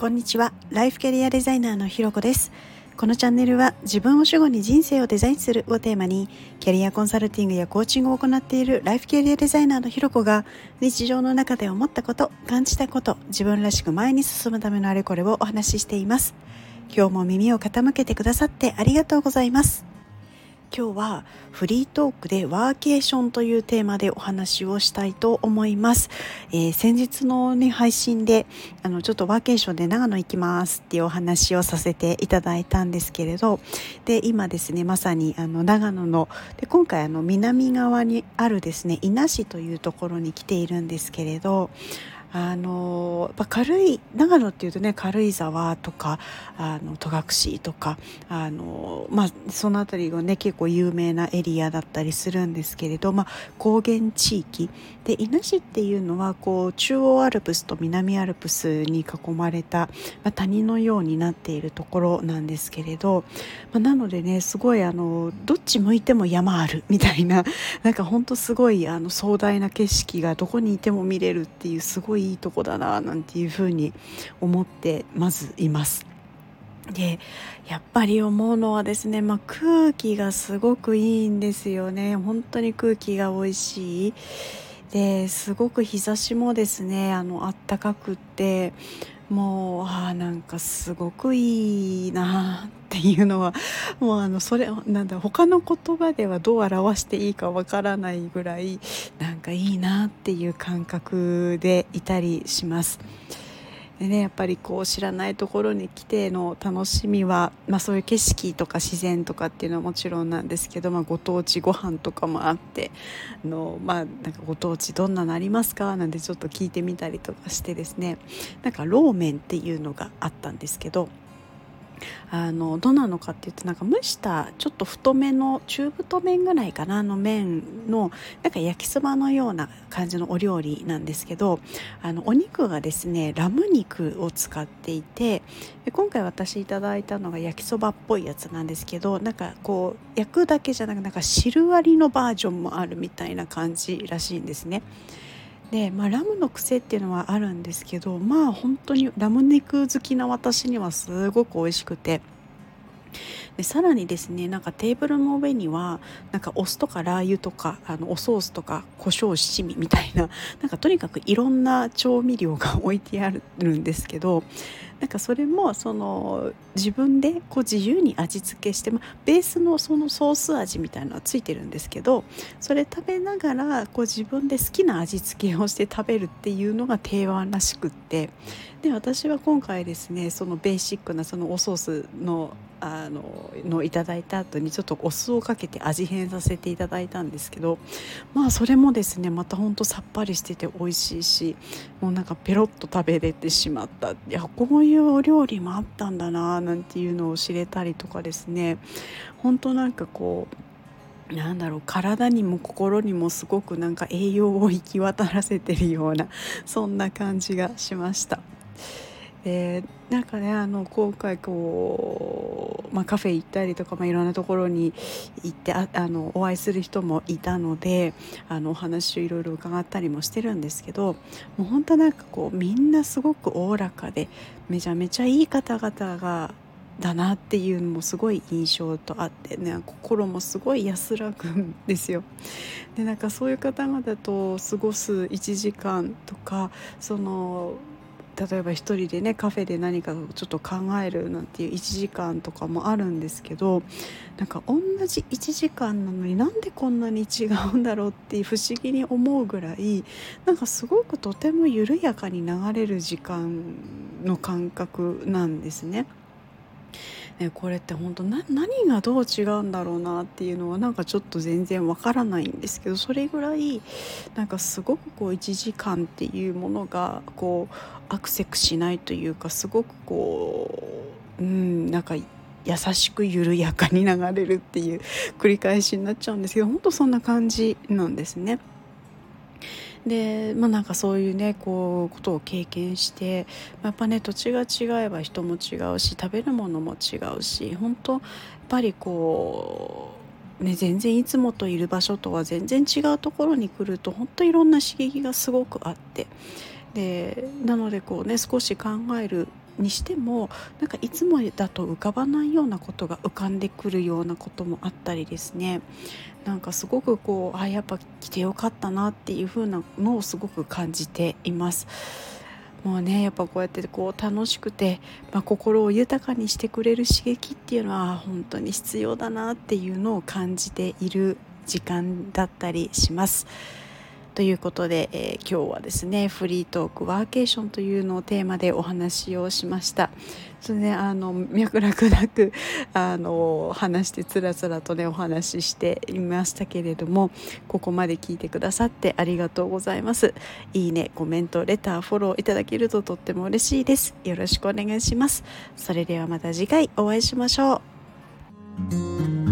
こんにちは。ライフキャリアデザイナーのひろこです。このチャンネルは自分を主語に人生をデザインするをテーマに、キャリアコンサルティングやコーチングを行っているライフキャリアデザイナーのひろこが、日常の中で思ったこと、感じたこと、自分らしく前に進むためのあれこれをお話ししています。今日も耳を傾けてくださってありがとうございます。今日はフリートークでワーケーションというテーマでお話をしたいと思います。先日の、配信でちょっとワーケーションで長野行きますっていうお話をさせていただいたんですけれど、で今ですねまさに長野ので今回南側にあるですね伊那市というところに来ているんですけれど、やっぱ長野っていうとね、軽井沢とか戸隠とかそのあたりがね結構有名なエリアだったりするんですけれど、高原地域で伊那市っていうのは中央アルプスと南アルプスに囲まれた、谷のようになっているところなんですけれど、なのでねすごいどっち向いても山あるみたいな、なんかほんとすごい壮大な景色がどこにいても見れるっていうすごいいいとこだななんていうふうに思ってまずいます。でやっぱり思うのはですね、空気がすごくいいんですよね。本当に空気が美味しいですごく日差しもですねあったかくって、もうなんかすごくいいなっていうのはもうそれなんだ他の言葉ではどう表していいかわからないぐらいなんかいいなっていう感覚でいたりします。でね、やっぱり知らないところに来ての楽しみは、そういう景色とか自然とかっていうのはもちろんなんですけど、ご当地ご飯とかもあってなんかご当地どんなのありますかなんてちょっと聞いてみたりとかしてですね、なんかローメンっていうのがあったんですけど、どんなのかっていうと、なんか蒸したちょっと太めの中太麺ぐらいかなの麺のなんか焼きそばのような感じのお料理なんですけど、お肉がですねラム肉を使っていて、で今回私いただいたのが焼きそばっぽいやつなんですけど、なんか焼くだけじゃなくなんか汁割りのバージョンもあるみたいな感じらしいんですね。で、ラムの癖っていうのはあるんですけど、本当にラム肉好きな私にはすごく美味しくて、でさらにですね、なんかテーブルの上にはなんかお酢とかラー油とかおソースとか胡椒七味みたいな、なんかとにかくいろんな調味料が置いてあるんですけど、なんかそれも自分で自由に味付けして、ベースのそのソース味みたいなのはついてるんですけど、それ食べながら自分で好きな味付けをして食べるっていうのが定番らしくって、で私は今回ですねそのベーシックなそのおソースのいただいた後にちょっとお酢をかけて味変させていただいたんですけど、それもですねまたほんとさっぱりしてて美味しいし、もうなんかペロッと食べれてしまった、いやこういうお料理もあったんだななんていうのを知れたりとかですね、本当なんかなんだろう、体にも心にもすごくなんか栄養を行き渡らせてるようなそんな感じがしました。でなんかね今回カフェ行ったりとか、いろんなところに行ってお会いする人もいたのでお話をいろいろ伺ったりもしてるんですけど、もう本当なんかみんなすごくおおらかでめちゃめちゃいい方々がだなっていうのもすごい印象とあってね、心もすごい安らぐんですよ。でなんかそういう方々と過ごす1時間とか、例えば一人でねカフェで何かちょっと考えるなんていう1時間とかもあるんですけど、なんか同じ1時間なのになんでこんなに違うんだろうっていう不思議に思うぐらい、なんかすごくとても緩やかに流れる時間の感覚なんですね。これって本当何がどう違うんだろうなっていうのはなんかちょっと全然わからないんですけど、それぐらいなんかすごく1時間っていうものがアクセクしないというか、すごくなんか優しく緩やかに流れるっていう繰り返しになっちゃうんですけど、本当そんな感じなんですね。でなんかそういうねことを経験して、やっぱね土地が違えば人も違うし食べるものも違うし、本当やっぱり全然いつもといる場所とは全然違うところに来ると本当いろんな刺激がすごくあって、でなので少し考えるにしてもなんかいつもだと浮かばないようなことが浮かんでくるようなこともあったりですね、なんかすごくやっぱ来てよかったなっていう風なのをすごく感じています。もうねやっぱこうやって楽しくて、心を豊かにしてくれる刺激っていうのは本当に必要だなっていうのを感じている時間だったりします。ということで、今日はですねフリートークワーケーションというのをテーマでお話をしました。それで脈絡なく話してつらつらとねお話ししていましたけれども、ここまで聞いてくださってありがとうございます。いいね、コメント、レター、フォローいただけるととっても嬉しいです。よろしくお願いします。それではまた次回お会いしましょう。